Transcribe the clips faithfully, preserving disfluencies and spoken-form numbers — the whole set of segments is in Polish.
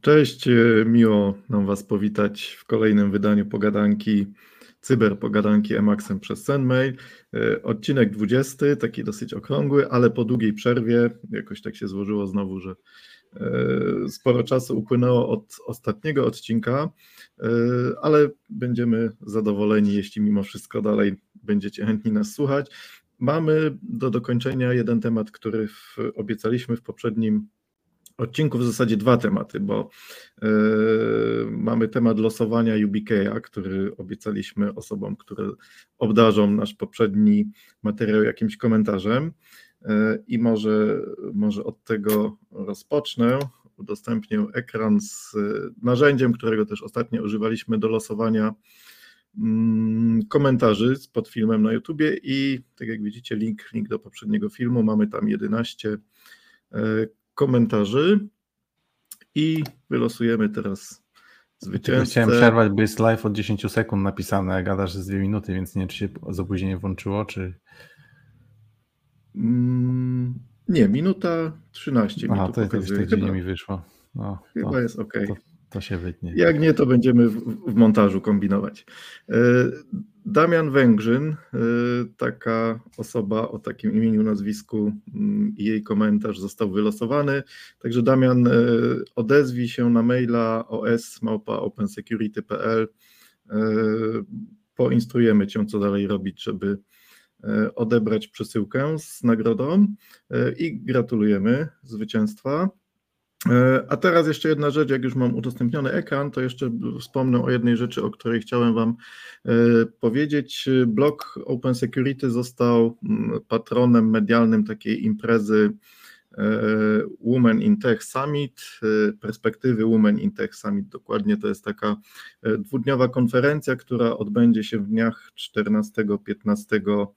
Cześć, e, miło nam Was powitać w kolejnym wydaniu pogadanki, cyberpogadanki Emacsem przez SendMail. E, Odcinek dwudziesty, taki dosyć okrągły, ale po długiej przerwie, jakoś tak się złożyło znowu, że e, sporo czasu upłynęło od ostatniego odcinka, e, ale będziemy zadowoleni, jeśli mimo wszystko dalej będziecie chętni nas słuchać. Mamy do dokończenia jeden temat, który w, obiecaliśmy w poprzednim odcinku, w zasadzie dwa tematy, bo yy, mamy temat losowania U B K a, który obiecaliśmy osobom, które obdarzą nasz poprzedni materiał jakimś komentarzem, yy, i może, może od tego rozpocznę. Udostępnię ekran z yy, narzędziem, którego też ostatnio używaliśmy do losowania yy, komentarzy pod filmem na YouTubie i tak jak widzicie link, link do poprzedniego filmu, mamy tam jedenaście yy, komentarzy i wylosujemy teraz zwycięzcę. Chciałem przerwać, bo jest live od dziesięć sekund napisane, a gadasz z dwie minuty, więc nie wiem, czy się z opóźnieniem włączyło, czy... Mm, nie, minuta trzynaście. Aha, mi tu to jest pokazuje. tak dziwnie mi wyszło. No, Chyba to, jest ok. To, to się wytnie. Jak nie, to będziemy w, w montażu kombinować. Damian Węgrzyn, taka osoba o takim imieniu, nazwisku i jej komentarz został wylosowany. Także Damian, odezwij się na maila os małpa opensecurity kropka p l. Poinstruujemy Cię, co dalej robić, żeby odebrać przesyłkę z nagrodą i gratulujemy zwycięstwa. A teraz jeszcze jedna rzecz, jak już mam udostępniony ekran, to jeszcze wspomnę o jednej rzeczy, o której chciałem Wam powiedzieć. Blog Open Security został patronem medialnym takiej imprezy Women in Tech Summit, perspektywy Women in Tech Summit, dokładnie to jest taka dwudniowa konferencja, która odbędzie się w dniach czternastego piętnastego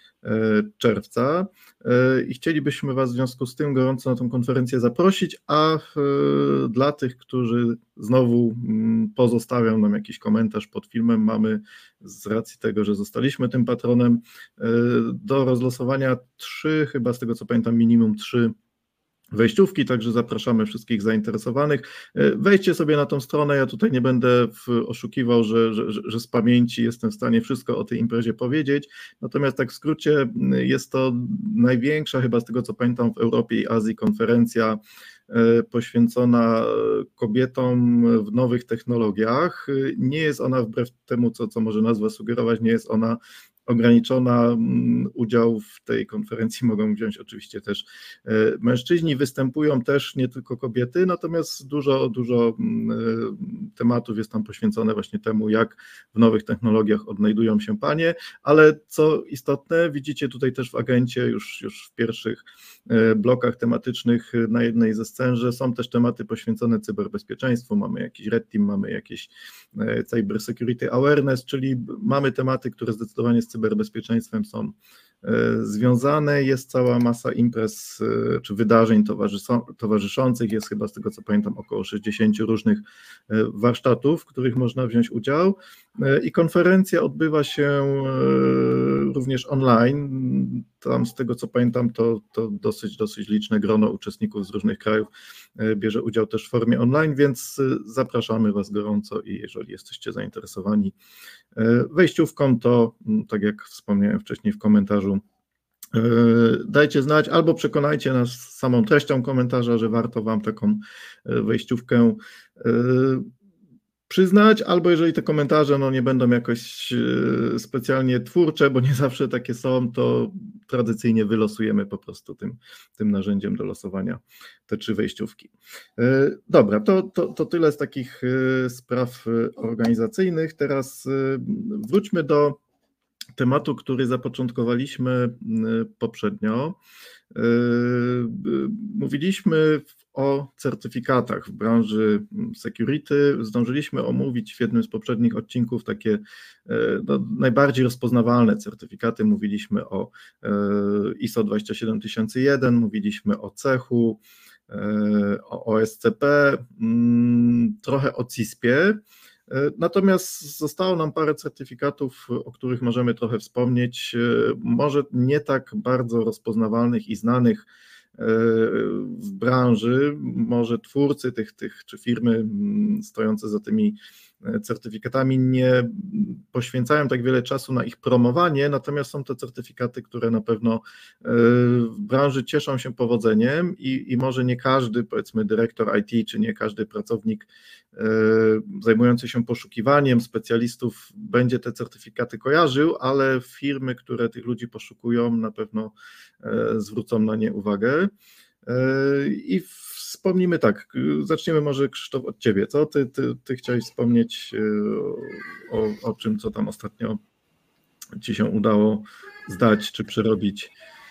czerwca i chcielibyśmy Was w związku z tym gorąco na tę konferencję zaprosić, a dla tych, którzy znowu pozostawią nam jakiś komentarz pod filmem, mamy z racji tego, że zostaliśmy tym patronem, do rozlosowania trzy, chyba z tego co pamiętam minimum trzy wejściówki, także zapraszamy wszystkich zainteresowanych. Wejdźcie sobie na tą stronę, ja tutaj nie będę oszukiwał, że, że, że z pamięci jestem w stanie wszystko o tej imprezie powiedzieć, natomiast tak w skrócie jest to największa chyba z tego co pamiętam w Europie i Azji konferencja poświęcona kobietom w nowych technologiach. Nie jest ona wbrew temu, co, co może nazwa sugerować, nie jest ona ograniczona. Udział w tej konferencji mogą wziąć oczywiście też mężczyźni, występują też nie tylko kobiety, natomiast dużo, dużo tematów jest tam poświęcone właśnie temu, jak w nowych technologiach odnajdują się panie, ale co istotne, widzicie tutaj też w agencie już, już w pierwszych blokach tematycznych na jednej ze scen, że są też tematy poświęcone cyberbezpieczeństwu, mamy jakiś Red Team, mamy jakieś Cyber Security Awareness, czyli mamy tematy, które zdecydowanie z cyberbezpieczeństwem są związane, jest cała masa imprez czy wydarzeń towarzyszących, jest chyba z tego co pamiętam około sześćdziesiąt różnych warsztatów, w których można wziąć udział i konferencja odbywa się również online, tam z tego co pamiętam to, to dosyć, dosyć liczne grono uczestników z różnych krajów bierze udział też w formie online, więc zapraszamy Was gorąco i jeżeli jesteście zainteresowani wejściówką, to tak jak wspomniałem wcześniej w komentarzu, dajcie znać albo przekonajcie nas samą treścią komentarza, że warto Wam taką wejściówkę przyznać, albo jeżeli te komentarze no, nie będą jakoś specjalnie twórcze, bo nie zawsze takie są, to tradycyjnie wylosujemy po prostu tym, tym narzędziem do losowania te trzy wejściówki. Dobra, to, to, to tyle z takich spraw organizacyjnych. Teraz wróćmy do tematu, który zapoczątkowaliśmy poprzednio. Mówiliśmy o certyfikatach w branży security. Zdążyliśmy omówić w jednym z poprzednich odcinków takie no, najbardziej rozpoznawalne certyfikaty. Mówiliśmy o I S O dwadzieścia siedem tysięcy jeden, mówiliśmy o cechu, o O S C P, trochę o C I S P ie. Natomiast zostało nam parę certyfikatów, o których możemy trochę wspomnieć, może nie tak bardzo rozpoznawalnych i znanych w branży, może twórcy tych, tych czy firmy stojące za tymi certyfikatami nie poświęcają tak wiele czasu na ich promowanie, natomiast są to certyfikaty, które na pewno w branży cieszą się powodzeniem i, i może nie każdy, powiedzmy dyrektor I T, czy nie każdy pracownik zajmujący się poszukiwaniem specjalistów będzie te certyfikaty kojarzył, ale firmy, które tych ludzi poszukują, na pewno zwrócą na nie uwagę. I wspomnimy tak, zaczniemy może, Krzysztof, od Ciebie, co? Ty, ty, ty chciałeś wspomnieć o, o czym, co tam ostatnio Ci się udało zdać czy przerobić?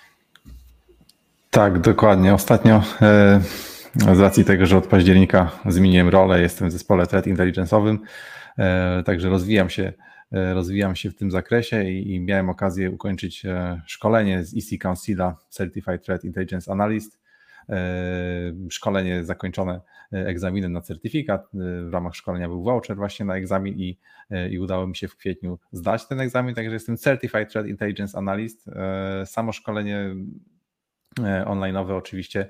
Tak, dokładnie. Ostatnio e, z racji tego, że od października zmieniłem rolę, jestem w zespole Threat Intelligence'owym, e, także rozwijam się, e, rozwijam się w tym zakresie i, i miałem okazję ukończyć e, szkolenie z E C Councila Certified Threat Intelligence Analyst. Szkolenie zakończone egzaminem na certyfikat. W ramach szkolenia był voucher właśnie na egzamin i, i udało mi się w kwietniu zdać ten egzamin, także jestem Certified Threat Intelligence Analyst. Samo szkolenie online'owe oczywiście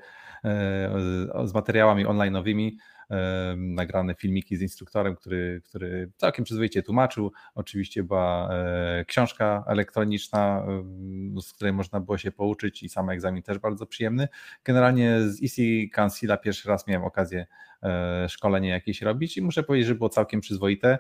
z materiałami online'owymi, nagrane filmiki z instruktorem, który, który całkiem przyzwoicie tłumaczył. Oczywiście była książka elektroniczna, z której można było się pouczyć i sam egzamin też bardzo przyjemny. Generalnie z E C Councila pierwszy raz miałem okazję szkolenie jakieś robić i muszę powiedzieć, że było całkiem przyzwoite.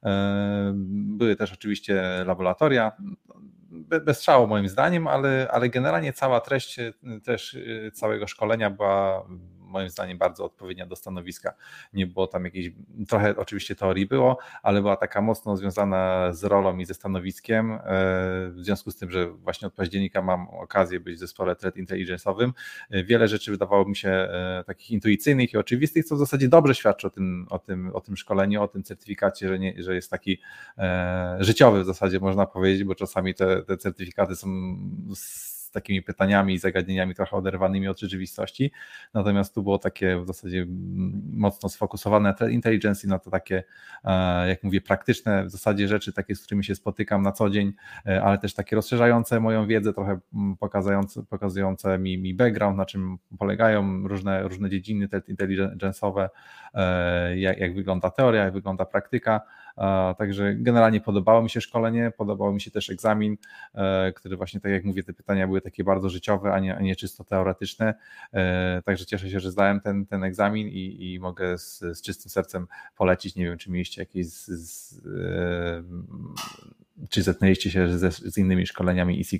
Były też oczywiście laboratoria, bez szału moim zdaniem, ale, ale generalnie cała treść też całego szkolenia była moim zdaniem bardzo odpowiednia do stanowiska. Nie było tam jakiejś, trochę oczywiście teorii było, ale była taka mocno związana z rolą i ze stanowiskiem. W związku z tym, że właśnie od października mam okazję być w zespole Threat Intelligence'owym, wiele rzeczy wydawało mi się takich intuicyjnych i oczywistych, co w zasadzie dobrze świadczy o tym, o tym, o tym szkoleniu, o tym certyfikacie, że, nie, że jest taki e, życiowy w zasadzie można powiedzieć, bo czasami te, te certyfikaty są z takimi pytaniami i zagadnieniami trochę oderwanymi od rzeczywistości, natomiast tu było takie w zasadzie mocno sfokusowane na intelligence i na to takie, jak mówię, praktyczne w zasadzie rzeczy, takie, z którymi się spotykam na co dzień, ale też takie rozszerzające moją wiedzę, trochę pokazujące, pokazujące mi, mi background, na czym polegają różne, różne dziedziny intelligence'owe, jak, jak wygląda teoria, jak wygląda praktyka. Także generalnie podobało mi się szkolenie, podobał mi się też egzamin, który właśnie, tak jak mówię, te pytania były takie bardzo życiowe, a nie, a nie czysto teoretyczne. Także cieszę się, że zdałem ten, ten egzamin i, i mogę z, z czystym sercem polecić. Nie wiem, czy mieliście jakieś z, z, czy zetknęliście się ze, z innymi szkoleniami E C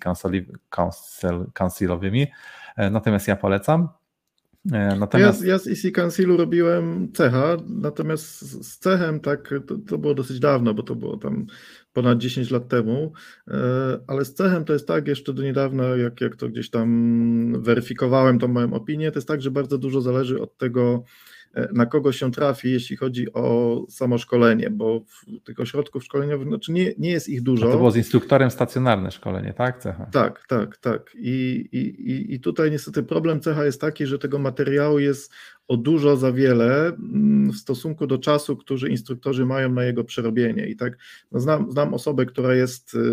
Councilowymi, natomiast ja polecam. Natomiast... Ja, ja z E C Councilu robiłem cecha, natomiast z cechem tak, to, to było dosyć dawno, bo to było tam ponad dziesięć lat temu, ale z cechem to jest tak, jeszcze do niedawna, jak, jak to gdzieś tam weryfikowałem tą moją opinię, to jest tak, że bardzo dużo zależy od tego, na kogo się trafi, jeśli chodzi o samo szkolenie, bo tych ośrodków szkoleniowych, znaczy nie, nie jest ich dużo. A to było z instruktorem stacjonarne szkolenie, tak? Cecha. Tak, tak, tak. I, i, I tutaj niestety problem cecha jest taki, że tego materiału jest o dużo za wiele w stosunku do czasu, który instruktorzy mają na jego przerobienie. I tak no znam, znam osobę, która jest y,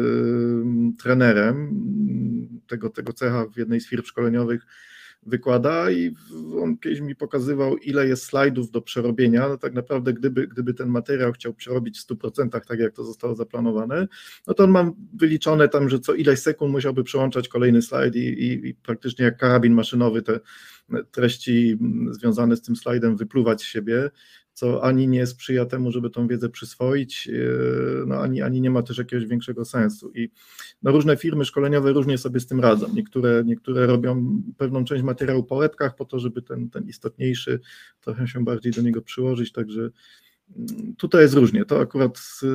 trenerem tego, tego cecha w jednej z firm szkoleniowych, wykłada i on kiedyś mi pokazywał, ile jest slajdów do przerobienia. No tak naprawdę, gdyby, gdyby ten materiał chciał przerobić w stu procentach, tak jak to zostało zaplanowane, no to on ma wyliczone tam, że co ileś sekund musiałby przełączać kolejny slajd i, i, i praktycznie jak karabin maszynowy te treści związane z tym slajdem wypluwać z siebie, co ani nie sprzyja temu, żeby tą wiedzę przyswoić, no ani, ani nie ma też jakiegoś większego sensu. I no różne firmy szkoleniowe różnie sobie z tym radzą. Niektóre, niektóre robią pewną część materiału po łebkach po to, żeby ten, ten istotniejszy trochę się bardziej do niego przyłożyć, także tutaj jest różnie. To akurat y,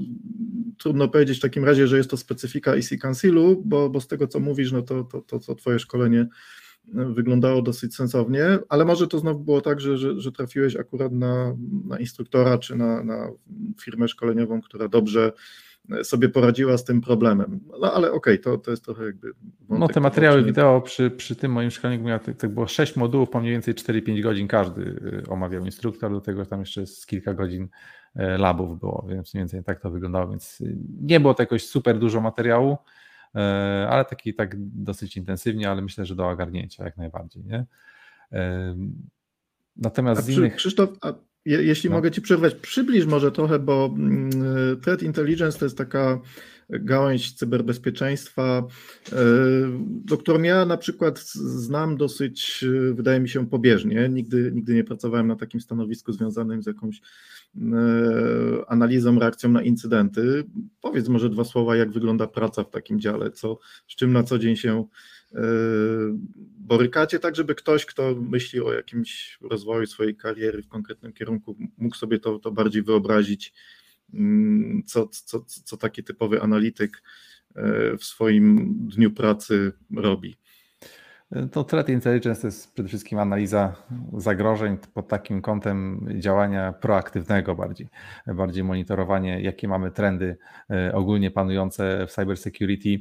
trudno powiedzieć w takim razie, że jest to specyfika E C Councilu, bo, bo z tego, co mówisz, no to, to, to, to twoje szkolenie wyglądało dosyć sensownie, ale może to znowu było tak, że, że, że trafiłeś akurat na, na instruktora czy na, na firmę szkoleniową, która dobrze sobie poradziła z tym problemem. No ale okej, okay, to, to jest trochę jakby... No te materiały wideo przy, przy tym moim szkoleniu miało tak, tak było sześć modułów, po mniej więcej cztery pięć godzin każdy omawiał instruktor, do tego tam jeszcze z kilka godzin labów było, więc mniej więcej tak to wyglądało, więc nie było to jakoś super dużo materiału, ale taki tak dosyć intensywnie, ale myślę, że do ogarnięcia jak najbardziej, nie? Natomiast A z przy, innych... Krzysztof, a je, jeśli no. mogę Ci przerwać, przybliż może trochę, bo mm, Threat Intelligence to jest taka gałąź cyberbezpieczeństwa, do którą ja na przykład znam dosyć, wydaje mi się, pobieżnie. Nigdy, nigdy nie pracowałem na takim stanowisku związanym z jakąś analizą, reakcją na incydenty. Powiedz może dwa słowa, jak wygląda praca w takim dziale, co, z czym na co dzień się borykacie, tak żeby ktoś, kto myśli o jakimś rozwoju swojej kariery w konkretnym kierunku, mógł sobie to, to bardziej wyobrazić, co, co, co taki typowy analityk w swoim dniu pracy robi. To Threat Intelligence to jest przede wszystkim analiza zagrożeń pod takim kątem działania proaktywnego bardziej. Bardziej monitorowanie, jakie mamy trendy ogólnie panujące w cybersecurity,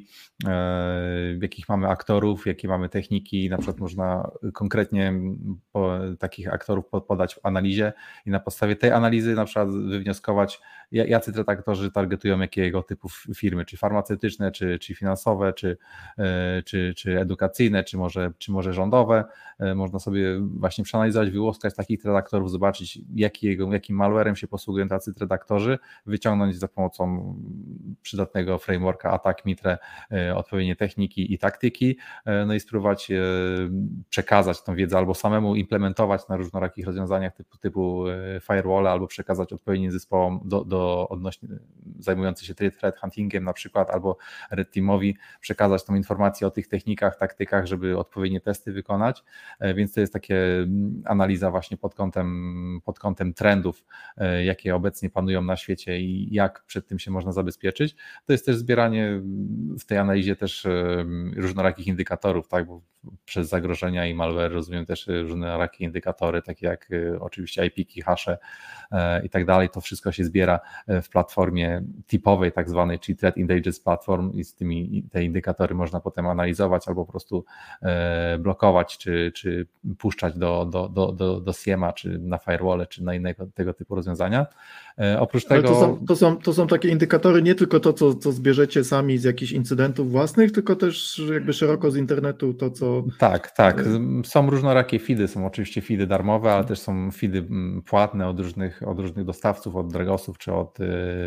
jakich mamy aktorów, jakie mamy techniki. Na przykład można konkretnie po takich aktorów podać w analizie i na podstawie tej analizy na przykład wywnioskować, jacy threat aktorzy targetują jakiego typu firmy, czy farmaceutyczne, czy, czy finansowe, czy, czy, czy edukacyjne, czy może czy może rządowe. Można sobie właśnie przeanalizować, wyłuskać takich redaktorów, zobaczyć jakiego, jakim malwarem się posługują tacy redaktorzy, wyciągnąć za pomocą przydatnego frameworka Attack Mitre odpowiednie techniki i taktyki, no i spróbować przekazać tą wiedzę albo samemu implementować na różnorakich rozwiązaniach typu, typu firewall, albo przekazać odpowiednim zespołom do, do odnośnie zajmujących się threat huntingiem na przykład, albo red teamowi przekazać tą informację o tych technikach, taktykach, żeby odpowiednie testy wykonać, więc to jest takie analiza właśnie pod kątem, pod kątem trendów, jakie obecnie panują na świecie i jak przed tym się można zabezpieczyć. To jest też zbieranie w tej analizie też różnorakich indykatorów, tak, bo przez zagrożenia i malware rozumiem też różnorakie indykatory, takie jak oczywiście I P ki, hasze i tak dalej. To wszystko się zbiera w platformie tipowej tak zwanej, czyli Threat Intelligence Platform i z tymi te indykatory można potem analizować albo po prostu blokować, czy, czy puszczać do, do, do, do, do S I E M-a, czy na firewall, czy na innego tego typu rozwiązania. Oprócz Ale tego... To są, to, są, to są takie indykatory, nie tylko to, co, co zbierzecie sami z jakichś incydentów własnych, tylko też jakby szeroko z internetu to, co... Tak, tak. Są różnorakie feedy, są oczywiście feedy darmowe, ale też są feedy płatne od różnych, od różnych dostawców, od Dragosów, czy od,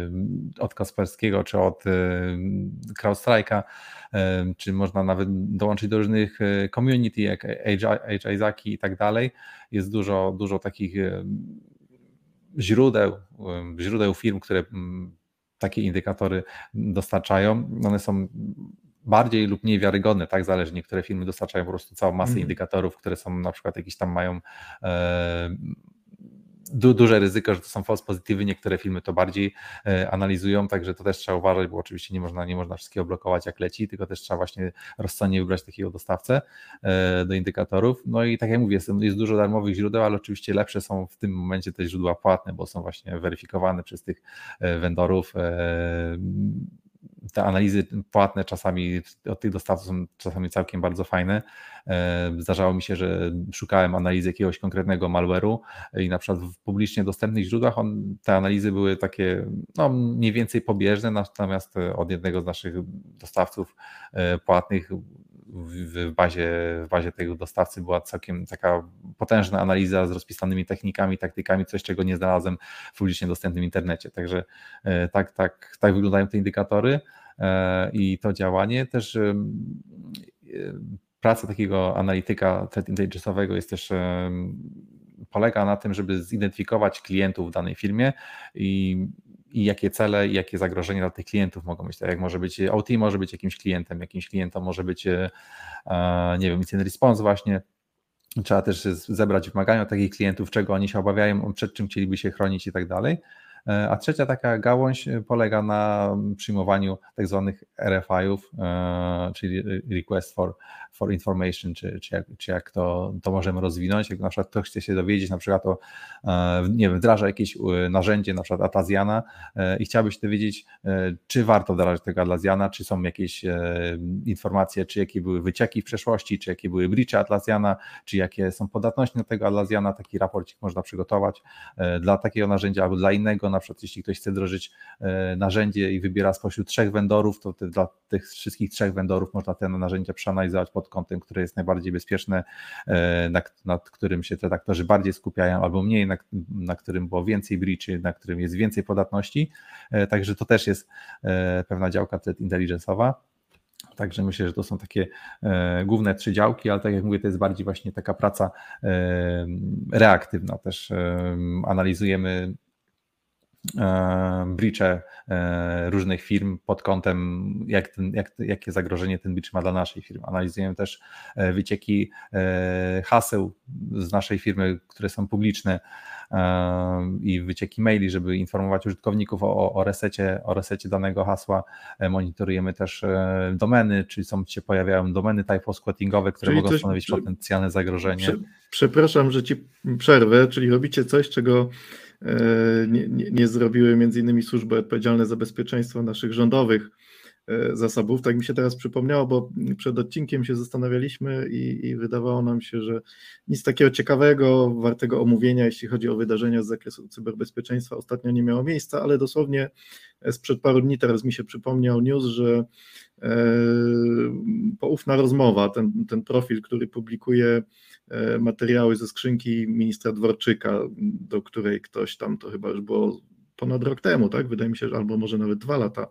od Kasperskiego, czy od CrowdStrike'a, czy można nawet dołączyć do różnych community, jak Edge Isaaci i tak dalej. Jest dużo, dużo takich źródeł, źródeł firm, które takie indykatory dostarczają. One są bardziej lub mniej wiarygodne, tak, zależy. Niektóre firmy dostarczają po prostu całą masę mm. indykatorów, które są na przykład jakieś tam mają e, du, duże ryzyko, że to są false pozytywy, niektóre firmy to bardziej e, analizują, także to też trzeba uważać, bo oczywiście nie można, nie można wszystkiego blokować jak leci, tylko też trzeba właśnie rozsądnie wybrać takiego dostawcę e, do indykatorów. No i tak jak mówię, jest, jest dużo darmowych źródeł, ale oczywiście lepsze są w tym momencie te źródła płatne, bo są właśnie weryfikowane przez tych e, vendorów. E, Te analizy płatne czasami od tych dostawców są czasami całkiem bardzo fajne. Zdarzało mi się, że szukałem analizy jakiegoś konkretnego malware'u i na przykład w publicznie dostępnych źródłach on, te analizy były takie no, mniej więcej pobieżne, natomiast od jednego z naszych dostawców płatnych w bazie, w bazie tego dostawcy była całkiem taka potężna analiza z rozpisanymi technikami, taktykami, coś czego nie znalazłem w publicznie dostępnym internecie. Także tak, tak, tak wyglądają te indykatory i to działanie. Też praca takiego analityka threat intelligence'owego jest też polega na tym, żeby zidentyfikować klientów w danej firmie i i jakie cele i jakie zagrożenia dla tych klientów mogą być. Tak jak może być O T, może być jakimś klientem, jakimś klientem może być, nie wiem, incident response właśnie. Trzeba też zebrać wymagania od takich klientów, czego oni się obawiają, przed czym chcieliby się chronić i tak dalej. A trzecia taka gałąź polega na przyjmowaniu tak zwanych R F I-ów, czyli Request for, for Information, czy, czy, jak, czy jak to, to możemy rozwinąć. Jak na przykład ktoś chce się dowiedzieć, na przykład o, nie wiem, wdraża jakieś narzędzie, na przykład Atlassiana i chciałbyś dowiedzieć, czy warto wdrażać tego Atlassiana, czy są jakieś informacje, czy jakie były wycieki w przeszłości, czy jakie były breache Atlassiana, czy jakie są podatności na tego Atlassiana. Taki raporcik można przygotować dla takiego narzędzia albo dla innego, na na przykład jeśli ktoś chce wdrożyć narzędzie i wybiera spośród trzech vendorów, to dla tych wszystkich trzech vendorów można te narzędzia przeanalizować pod kątem, które jest najbardziej bezpieczne, nad, nad którym się te aktorzy bardziej skupiają albo mniej, na, na którym było więcej breachy, na którym jest więcej podatności, także to też jest pewna działka threat intelligence'owa. Także myślę, że to są takie e, główne trzy działki, ale tak jak mówię, to jest bardziej właśnie taka praca e, reaktywna. Też e, analizujemy e, breache e, różnych firm pod kątem, jak ten, jak, jakie zagrożenie ten breach ma dla naszej firmy. Analizujemy też e, wycieki e, haseł z naszej firmy, które są publiczne, i wycieki maili, żeby informować użytkowników o, o, resecie, o resecie danego hasła. Monitorujemy też domeny, czyli są, się pojawiają domeny typo-squattingowe, które czyli mogą coś, stanowić czy, potencjalne zagrożenie. Prze, przepraszam, że Ci przerwę, czyli robicie coś, czego nie, nie, nie zrobiły między innymi służby odpowiedzialne za bezpieczeństwo naszych rządowych zasobów. Tak mi się teraz przypomniało, bo przed odcinkiem się zastanawialiśmy i, i wydawało nam się, że nic takiego ciekawego, wartego omówienia, jeśli chodzi o wydarzenia z zakresu cyberbezpieczeństwa, ostatnio nie miało miejsca, ale dosłownie sprzed paru dni teraz mi się przypomniał news, że e, poufna rozmowa, ten, ten profil, który publikuje materiały ze skrzynki ministra Dworczyka, do której ktoś tam, to chyba już było ponad rok temu, tak? Wydaje mi się, że albo może nawet dwa lata,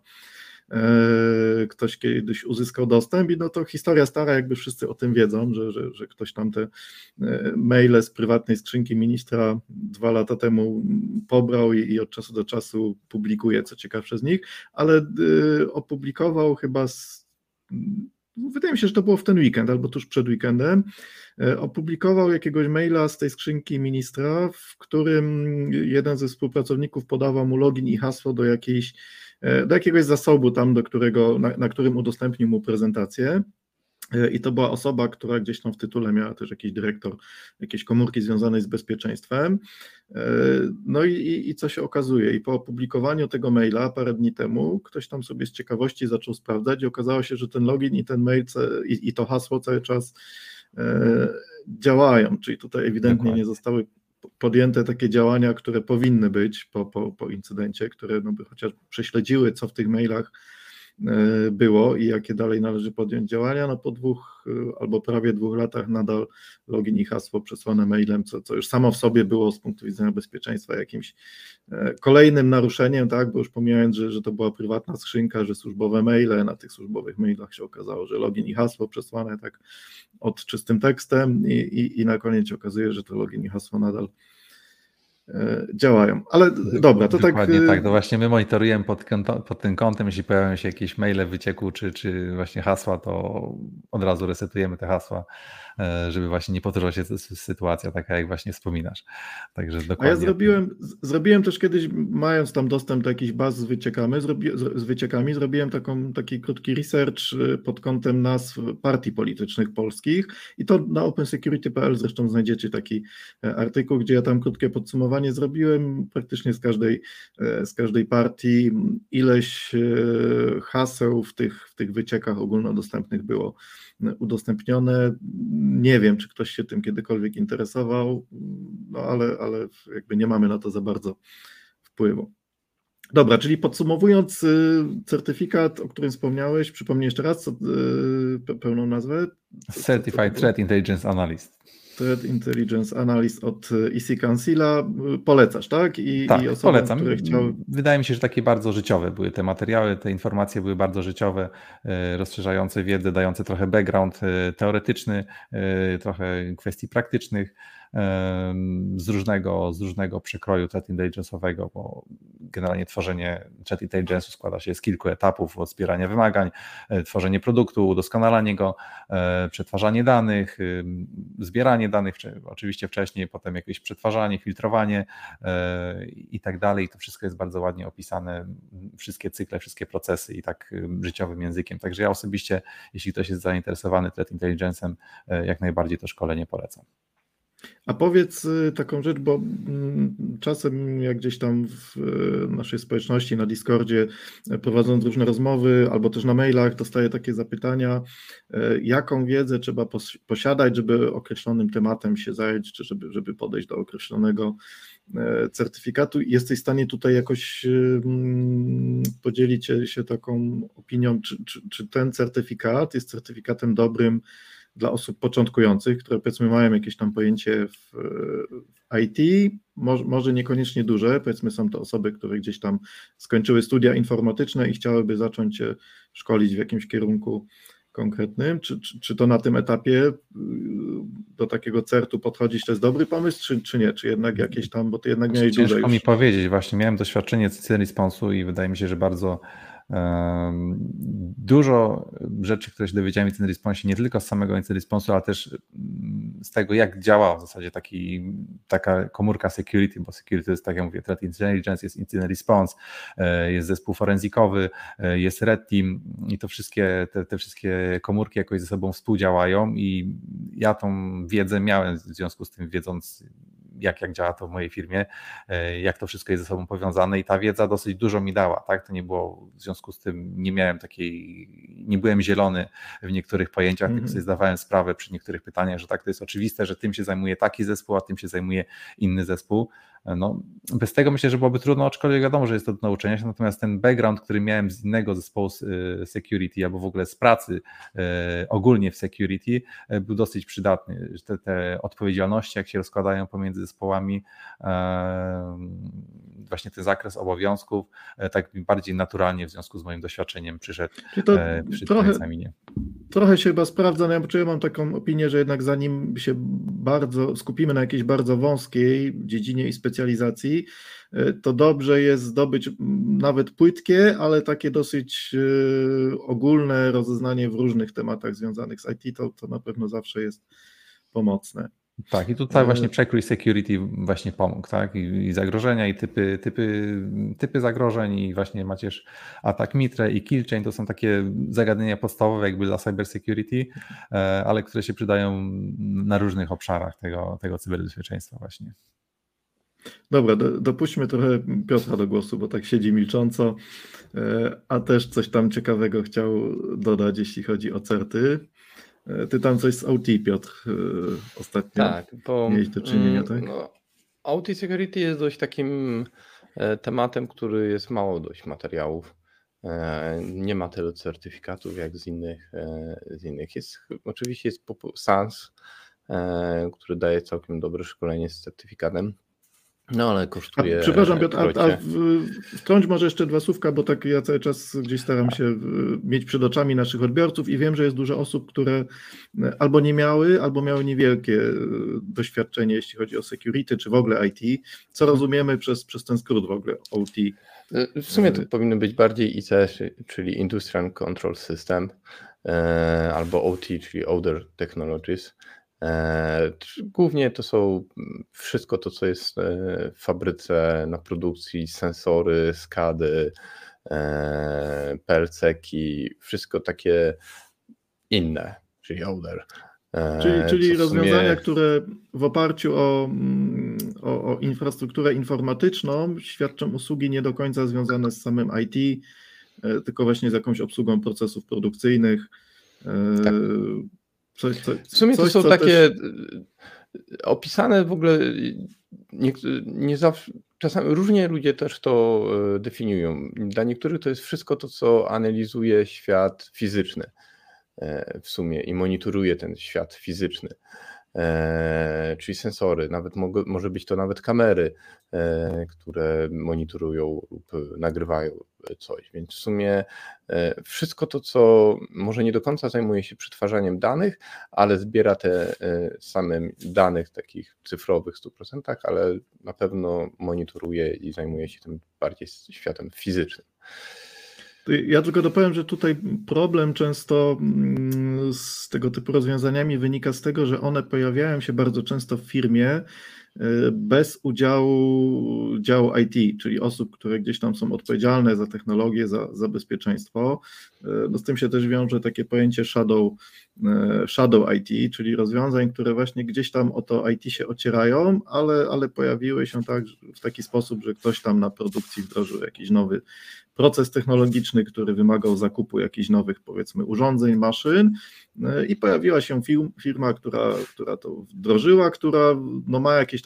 ktoś kiedyś uzyskał dostęp i no to historia stara, jakby wszyscy o tym wiedzą, że, że, że ktoś tam te maile z prywatnej skrzynki ministra dwa lata temu pobrał i, i od czasu do czasu publikuje, co ciekawsze z nich, ale y, opublikował chyba z, wydaje mi się, że to było w ten weekend albo tuż przed weekendem, opublikował jakiegoś maila z tej skrzynki ministra, w którym jeden ze współpracowników podawał mu login i hasło do jakiejś do jakiegoś zasobu tam, do którego, na, na którym udostępnił mu prezentację. I to była osoba, która gdzieś tam w tytule miała też jakiś dyrektor jakiejś komórki związanej z bezpieczeństwem. No i, i co się okazuje? I po opublikowaniu tego maila parę dni temu ktoś tam sobie z ciekawości zaczął sprawdzać i okazało się, że ten login i ten mail i, i to hasło cały czas e, działają, czyli tutaj ewidentnie Dokładnie. nie zostały podjęte takie działania, które powinny być po, po, po incydencie, które no by chociaż prześledziły, co w tych mailach było i jakie dalej należy podjąć działania. No po dwóch albo prawie dwóch latach nadal login i hasło przesłane mailem, co, co już samo w sobie było z punktu widzenia bezpieczeństwa jakimś kolejnym naruszeniem, tak, bo już pomijając, że, że to była prywatna skrzynka, że służbowe maile, na tych służbowych mailach się okazało, że login i hasło przesłane tak od czystym tekstem i, i, i na koniec się okazuje, że to login i hasło nadal działają. Ale dobra, to Dokładnie tak... tak, to właśnie my monitorujemy pod, pod tym kątem, jeśli pojawiają się jakieś maile w wycieku, czy, czy właśnie hasła, to od razu resetujemy te hasła, żeby właśnie nie powtórzyła się sytuacja taka, jak właśnie wspominasz. Także dokładnie. A ja zrobiłem, zrobiłem też kiedyś, mając tam dostęp do jakichś baz z wyciekami, zrobi, z wyciekami, zrobiłem taką, taki krótki research pod kątem nazw partii politycznych polskich i to na open security kropka p l zresztą znajdziecie taki artykuł, gdzie ja tam krótkie podsumowanie zrobiłem praktycznie z każdej, z każdej partii, ileś haseł w tych, w tych wyciekach ogólnodostępnych było udostępnione. Nie wiem, czy ktoś się tym kiedykolwiek interesował, no ale, ale jakby nie mamy na to za bardzo wpływu. Dobra, czyli podsumowując, certyfikat, o którym wspomniałeś, przypomnij jeszcze raz co, pełną nazwę. Co, Certified co Threat Intelligence Analyst. Threat Intelligence Analyst od E C Councila. Polecasz, tak? I, tak, i osobom, polecam. które chciały... Wydaje mi się, że takie bardzo życiowe były te materiały, te informacje były bardzo życiowe, rozszerzające wiedzę, dające trochę background teoretyczny, trochę kwestii praktycznych, z różnego, z różnego przekroju threat intelligence'owego, bo generalnie tworzenie threat intelligence'u składa się z kilku etapów: od zbierania wymagań, tworzenie produktu, udoskonalanie go, przetwarzanie danych, zbieranie danych, oczywiście wcześniej, potem jakieś przetwarzanie, filtrowanie i tak dalej. To wszystko jest bardzo ładnie opisane, wszystkie cykle, wszystkie procesy i tak życiowym językiem. Także ja osobiście, jeśli ktoś jest zainteresowany threat intelligence'em, jak najbardziej to szkolenie polecam. A powiedz taką rzecz, bo czasem jak gdzieś tam w naszej społeczności na Discordzie, prowadząc różne rozmowy albo też na mailach, dostaję takie zapytania, jaką wiedzę trzeba posiadać, żeby określonym tematem się zająć, czy żeby, żeby podejść do określonego certyfikatu. Jesteś w stanie tutaj jakoś podzielić się taką opinią, czy, czy, czy ten certyfikat jest certyfikatem dobrym dla osób początkujących, które powiedzmy mają jakieś tam pojęcie w, w I T, może, może niekoniecznie duże, powiedzmy są to osoby, które gdzieś tam skończyły studia informatyczne i chciałyby zacząć się szkolić w jakimś kierunku konkretnym, czy, czy, czy to na tym etapie do takiego certu podchodzić to jest dobry pomysł, czy, czy nie, czy jednak jakieś tam, bo ty jednak miałeś Ciężko duże już. mi powiedzieć, właśnie miałem doświadczenie z incident response'u i wydaje mi się, że bardzo um, dużo rzeczy, które się dowiedziałem w incident response'ie, nie tylko z samego incident response'u, ale też z tego, jak działa w zasadzie taki, taka komórka security, bo security to jest, tak jak mówię, threat intelligence, jest incident response, jest zespół forensikowy, jest red team i to wszystkie, te, te wszystkie komórki jakoś ze sobą współdziałają i ja tą wiedzę miałem w związku z tym, wiedząc jak, jak działa to w mojej firmie, jak to wszystko jest ze sobą powiązane i ta wiedza dosyć dużo mi dała, tak, to nie było, w związku z tym nie miałem takiej, nie byłem zielony w niektórych pojęciach, mm-hmm. tylko sobie zdawałem sprawę przy niektórych pytaniach, że tak, to jest oczywiste, że tym się zajmuje taki zespół, a tym się zajmuje inny zespół. No, bez tego myślę, że byłoby trudno, aczkolwiek wiadomo, że jest to do nauczenia się, natomiast ten background, który miałem z innego zespołu security albo w ogóle z pracy ogólnie w security, był dosyć przydatny. Te, te odpowiedzialności, jak się rozkładają pomiędzy zespołami, właśnie ten zakres obowiązków, tak bardziej naturalnie w związku z moim doświadczeniem przyszedł przy trochę, tym egzaminie. Trochę się chyba sprawdza, no ja, ja mam taką opinię, że jednak zanim się bardzo skupimy na jakiejś bardzo wąskiej dziedzinie i specjalizacji, to dobrze jest zdobyć nawet płytkie, ale takie dosyć ogólne rozeznanie w różnych tematach związanych z I T, to, to na pewno zawsze jest pomocne. Tak, i tutaj właśnie przekrój security właśnie pomógł, tak? I, i zagrożenia, i typy, typy, typy zagrożeń, i właśnie macierz atak Mitre i kill chain to są takie zagadnienia podstawowe jakby dla cyber security, ale które się przydają na różnych obszarach tego, tego cyberbezpieczeństwa właśnie. Dobra, do, dopuśćmy trochę Piotra do głosu, bo tak siedzi milcząco, a też coś tam ciekawego chciał dodać, jeśli chodzi o certy. Ty tam coś z O T, Piotr, ostatnio tak, bo, miałeś do czynienia, tak? No, O T security jest dość takim tematem, który jest mało dość materiałów. Nie ma tyle certyfikatów jak z innych. Z innych. Jest, oczywiście jest SANS, który daje całkiem dobre szkolenie z certyfikatem. No ale kosztuje. A, przepraszam Piotr, a, a wtrąć może jeszcze dwa słówka, bo tak ja cały czas gdzieś staram się mieć przed oczami naszych odbiorców i wiem, że jest dużo osób, które albo nie miały, albo miały niewielkie doświadczenie, jeśli chodzi o security, czy w ogóle I T. Co rozumiemy przez, przez ten skrót w ogóle O T? W sumie to powinno być bardziej I C S, czyli Industrial Control System, albo O T, czyli Other Technologies. Głównie to są wszystko to, co jest w fabryce, na produkcji, sensory, skady, P L C-ki, wszystko takie inne, czyli other. Czyli, czyli rozwiązania, sumie... które w oparciu o, o, o infrastrukturę informatyczną świadczą usługi nie do końca związane z samym I T, tylko właśnie z jakąś obsługą procesów produkcyjnych. Tak. Coś, co, w sumie coś, to są takie też... opisane w ogóle, nie, nie zawsze, czasami różnie ludzie też to definiują. Dla niektórych to jest wszystko to, co analizuje świat fizyczny w sumie i monitoruje ten świat fizyczny, czyli sensory, nawet mogą, może być to nawet kamery, które monitorują lub nagrywają coś, więc w sumie wszystko to, co może nie do końca zajmuje się przetwarzaniem danych, ale zbiera te same danych takich cyfrowych w stu procentach, ale na pewno monitoruje i zajmuje się tym bardziej światem fizycznym. Ja tylko dopowiem, że tutaj problem często z tego typu rozwiązaniami wynika z tego, że one pojawiają się bardzo często w firmie bez udziału działu I T, czyli osób, które gdzieś tam są odpowiedzialne za technologię, za, za bezpieczeństwo. No z tym się też wiąże takie pojęcie shadow, shadow I T, czyli rozwiązań, które właśnie gdzieś tam o to I T się ocierają, ale, ale pojawiły się tak w taki sposób, że ktoś tam na produkcji wdrożył jakiś nowy proces technologiczny, który wymagał zakupu jakichś nowych, powiedzmy, urządzeń, maszyn i pojawiła się firma, która, która to wdrożyła, która no, ma jakieś tam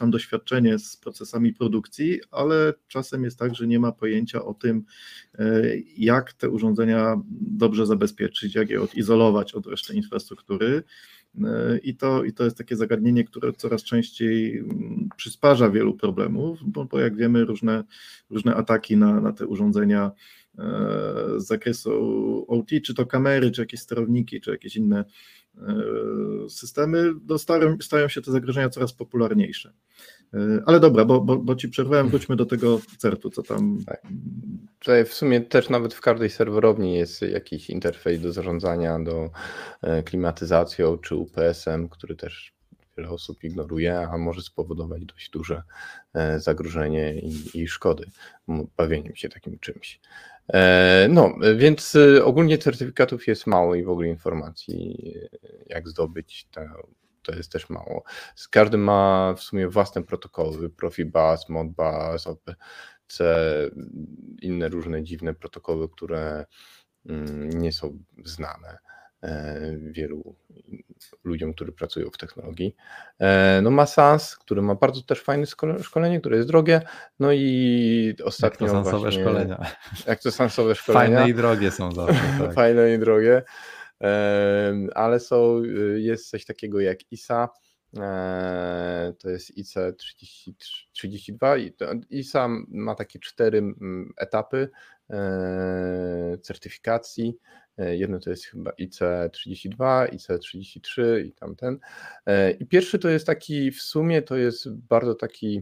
tam doświadczenie z procesami produkcji, ale czasem jest tak, że nie ma pojęcia o tym, jak te urządzenia dobrze zabezpieczyć, jak je odizolować od reszty infrastruktury. I to, I to jest takie zagadnienie, które coraz częściej przysparza wielu problemów, bo, bo jak wiemy, różne, różne ataki na, na te urządzenia z zakresu O T, czy to kamery, czy jakieś sterowniki, czy jakieś inne systemy, no stają, stają się te zagrożenia coraz popularniejsze. Ale dobra, bo, bo, bo ci przerwałem, wróćmy do tego certu, co tam... Tak. Tutaj w sumie też nawet w każdej serwerowni jest jakiś interfejs do zarządzania, do klimatyzacją, czy U P S-em, który też wiele osób ignoruje, a może spowodować dość duże zagrożenie i, i szkody bawieniem się takim czymś. No, więc ogólnie certyfikatów jest mało i w ogóle informacji, jak zdobyć, to, to jest też mało. Każdy ma w sumie własne protokoły, Profibus, Modbus, O P C, inne różne dziwne protokoły, które nie są znane wielu ludziom, którzy pracują w technologii. No ma Sans, który ma bardzo też fajne szkolenie, które jest drogie, no i ostatnio jak to sansowe właśnie, szkolenia. Jak to sansowe szkolenia. Fajne i drogie są zawsze. Tak. Fajne i drogie, ale są, jest coś takiego jak I S A, to jest I C trzydzieści dwa. I S A ma takie cztery etapy certyfikacji. Jedno to jest chyba I C trzydzieści dwa, I C trzydzieści trzy i tamten. I pierwszy to jest taki, w sumie to jest bardzo taki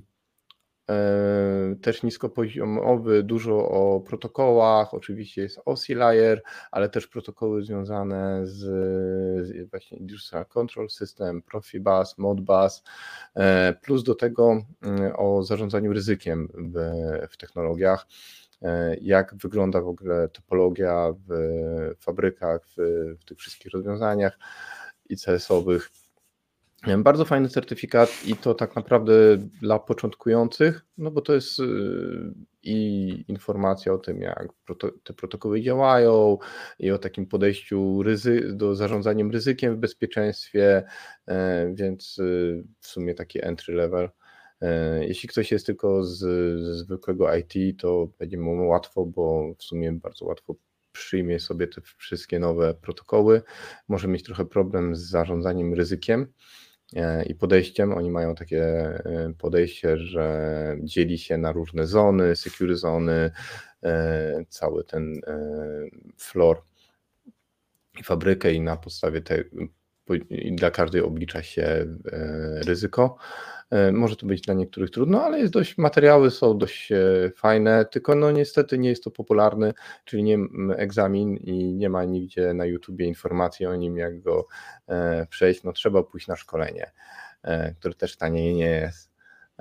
też niskopoziomowy, dużo o protokołach, oczywiście jest O S I Layer, ale też protokoły związane z, z właśnie Industrial Control System, Profibus, Modbus, plus do tego o zarządzaniu ryzykiem w, w technologiach, jak wygląda w ogóle topologia w fabrykach, w, w tych wszystkich rozwiązaniach I C S-owych. Bardzo fajny certyfikat i to tak naprawdę dla początkujących, no bo to jest i informacja o tym, jak te protokoły działają i o takim podejściu ryzy- do zarządzaniem ryzykiem w bezpieczeństwie, więc w sumie taki entry level. Jeśli ktoś jest tylko z, ze zwykłego I T, to będzie mu łatwo, bo w sumie bardzo łatwo przyjmie sobie te wszystkie nowe protokoły. Może mieć trochę problem z zarządzaniem ryzykiem i podejściem. Oni mają takie podejście, że dzieli się na różne zony, secure zony, cały ten floor i fabrykę i na podstawie tej, dla każdej oblicza się ryzyko. Może to być dla niektórych trudno, ale jest dość, materiały są dość fajne, tylko no niestety nie jest to popularny, czyli nie egzamin i nie ma nigdzie na YouTubie informacji o nim, jak go przejść. No trzeba pójść na szkolenie, które też taniej nie jest,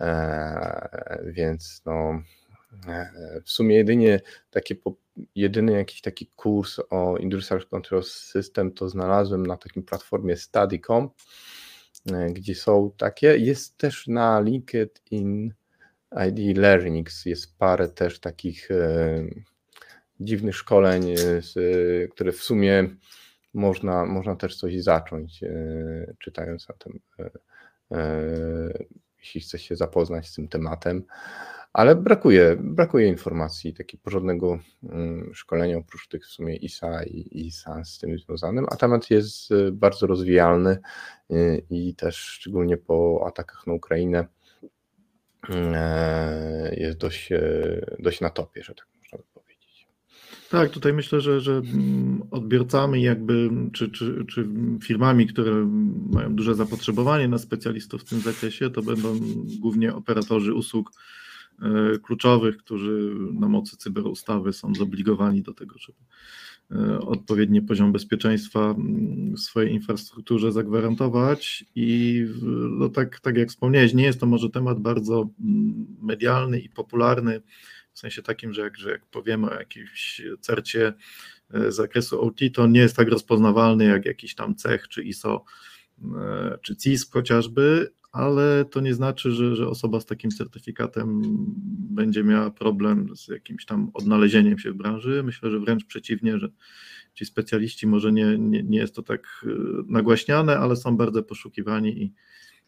więc no w sumie jedynie takie, jedyny jakiś taki kurs o Industrial Control System to znalazłem na takim platformie study kropka com, gdzie są takie. Jest też na LinkedIn I D Learnings, jest parę też takich e, dziwnych szkoleń, z, które w sumie można, można też coś zacząć, e, czytając o tym, e, e, jeśli chce się zapoznać z tym tematem. Ale brakuje, brakuje informacji, takiego porządnego um, szkolenia, oprócz tych w sumie I S A i, i Sans z tym związanym, a temat jest bardzo rozwijalny y, i też szczególnie po atakach na Ukrainę y, jest dość, dość na topie, że tak można by powiedzieć. Tak, tutaj myślę, że, że odbiorcami jakby, czy, czy, czy firmami, które mają duże zapotrzebowanie na specjalistów w tym zakresie, to będą głównie operatorzy usług kluczowych, którzy na mocy cyberustawy są zobligowani do tego, żeby odpowiedni poziom bezpieczeństwa w swojej infrastrukturze zagwarantować i no tak, tak jak wspomniałeś, nie jest to może temat bardzo medialny i popularny, w sensie takim, że jak, że jak powiemy o jakimś cercie z zakresu O T, to nie jest tak rozpoznawalny jak jakiś tam cech, czy I S O, czy C I S chociażby, ale to nie znaczy, że, że osoba z takim certyfikatem będzie miała problem z jakimś tam odnalezieniem się w branży. Myślę, że wręcz przeciwnie, że ci specjaliści może nie, nie, nie jest to tak nagłaśniane, ale są bardzo poszukiwani i,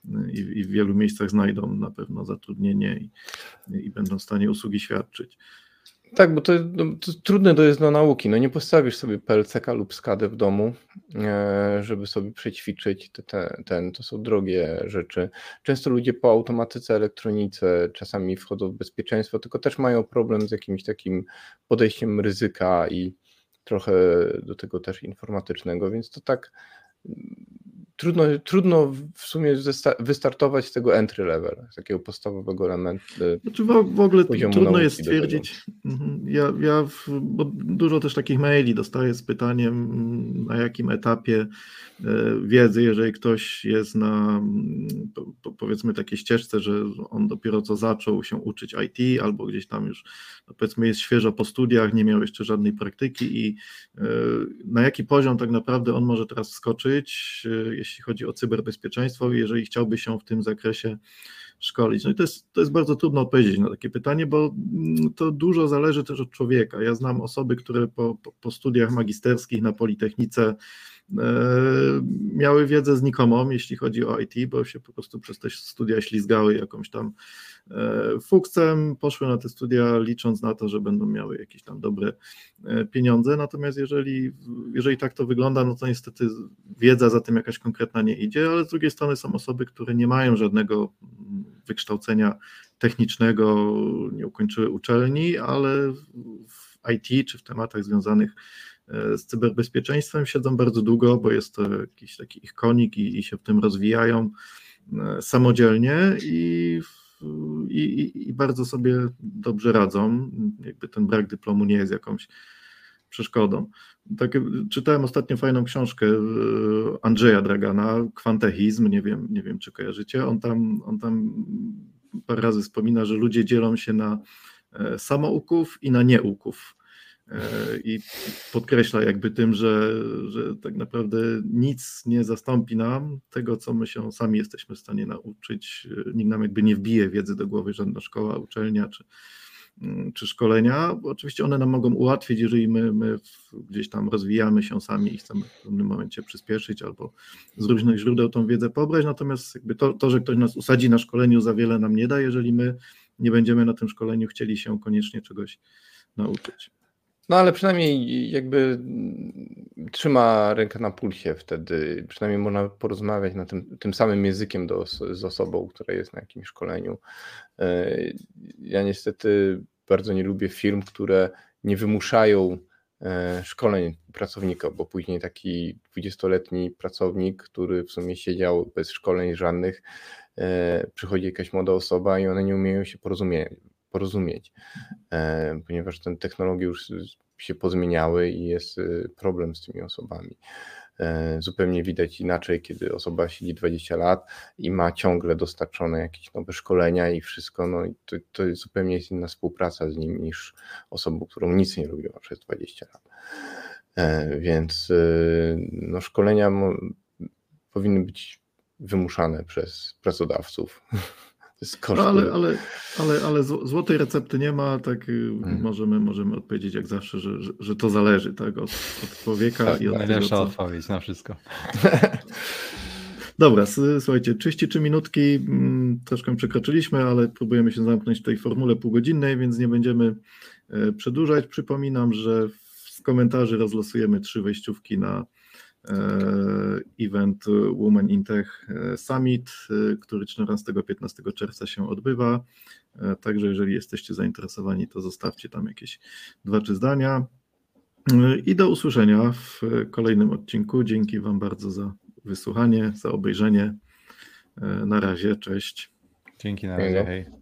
i, i w wielu miejscach znajdą na pewno zatrudnienie i, i będą w stanie usługi świadczyć. Tak, bo to, no, to trudne to jest do nauki. No nie postawisz sobie P L C K lub skadę w domu, żeby sobie przećwiczyć te, te, ten. To są drogie rzeczy. Często ludzie po automatyce, elektronice czasami wchodzą w bezpieczeństwo, tylko też mają problem z jakimś takim podejściem ryzyka i trochę do tego też informatycznego, więc to tak trudno, trudno w sumie wystartować z tego entry level, z takiego podstawowego elementu. Znaczy w, w ogóle trudno jest stwierdzić, ja, ja w, bo dużo też takich maili dostaję z pytaniem, na jakim etapie wiedzy, jeżeli ktoś jest na powiedzmy takiej ścieżce, że on dopiero co zaczął się uczyć I T albo gdzieś tam już no powiedzmy jest świeżo po studiach, nie miał jeszcze żadnej praktyki i na jaki poziom tak naprawdę on może teraz wskoczyć, jeśli chodzi o cyberbezpieczeństwo, jeżeli chciałby się w tym zakresie szkolić. No i to jest, to jest bardzo trudno odpowiedzieć na takie pytanie, bo to dużo zależy też od człowieka. Ja znam osoby, które po, po, po studiach magisterskich na Politechnice miały wiedzę znikomą, jeśli chodzi o I T, bo się po prostu przez te studia ślizgały jakąś tam fuksem, poszły na te studia licząc na to, że będą miały jakieś tam dobre pieniądze, natomiast jeżeli, jeżeli tak to wygląda, no to niestety wiedza za tym jakaś konkretna nie idzie, ale z drugiej strony są osoby, które nie mają żadnego wykształcenia technicznego, nie ukończyły uczelni, ale w I T czy w tematach związanych z cyberbezpieczeństwem siedzą bardzo długo, bo jest to jakiś taki ich konik i, i się w tym rozwijają samodzielnie i, i, i bardzo sobie dobrze radzą. Jakby ten brak dyplomu nie jest jakąś przeszkodą. Tak, czytałem ostatnio fajną książkę Andrzeja Dragana, Kwantechizm, nie wiem, nie wiem czy kojarzycie, on tam, on tam parę razy wspomina, że ludzie dzielą się na samouków i na nieuków. I podkreśla jakby tym, że, że tak naprawdę nic nie zastąpi nam tego, co my się sami jesteśmy w stanie nauczyć. Nikt nam jakby nie wbije wiedzy do głowy, żadna szkoła, uczelnia czy, czy szkolenia. Bo oczywiście one nam mogą ułatwić, jeżeli my, my gdzieś tam rozwijamy się sami i chcemy w pewnym momencie przyspieszyć albo z różnych źródeł tą wiedzę pobrać, natomiast jakby to, to, że ktoś nas usadzi na szkoleniu, za wiele nam nie da, jeżeli my nie będziemy na tym szkoleniu chcieli się koniecznie czegoś nauczyć. No ale przynajmniej jakby trzyma rękę na pulsie wtedy, przynajmniej można porozmawiać na tym, tym samym językiem do, z osobą, która jest na jakimś szkoleniu. Ja niestety bardzo nie lubię firm, które nie wymuszają szkoleń pracownika, bo później taki dwudziestoletni pracownik, który w sumie siedział bez szkoleń żadnych, przychodzi jakaś młoda osoba i one nie umieją się porozumieć. porozumieć, ponieważ te technologie już się pozmieniały i jest problem z tymi osobami. Zupełnie widać inaczej, kiedy osoba siedzi dwadzieścia lat i ma ciągle dostarczone jakieś nowe szkolenia i wszystko, no i to, to jest zupełnie jest inna współpraca z nim niż osobą, którą nic nie robiła przez dwadzieścia lat. Więc no, szkolenia powinny być wymuszane przez pracodawców. No, ale, ale, ale, ale złotej recepty nie ma, tak hmm. możemy, możemy odpowiedzieć jak zawsze, że, że, że to zależy tak, od, od człowieka tak, i od najlepsza tego, co... odpowiedź na wszystko. Dobra, słuchajcie, trzydzieści trzy minutki, troszkę przekroczyliśmy, ale próbujemy się zamknąć w tej formule półgodzinnej, więc nie będziemy przedłużać. Przypominam, że w komentarzy rozlosujemy trzy wejściówki na event Women in Tech Summit, który czternastego do piętnastego czerwca się odbywa. Także jeżeli jesteście zainteresowani, to zostawcie tam jakieś dwa, trzy zdania. I do usłyszenia w kolejnym odcinku. Dzięki Wam bardzo za wysłuchanie, za obejrzenie. Na razie, cześć. Dzięki, na razie, hej.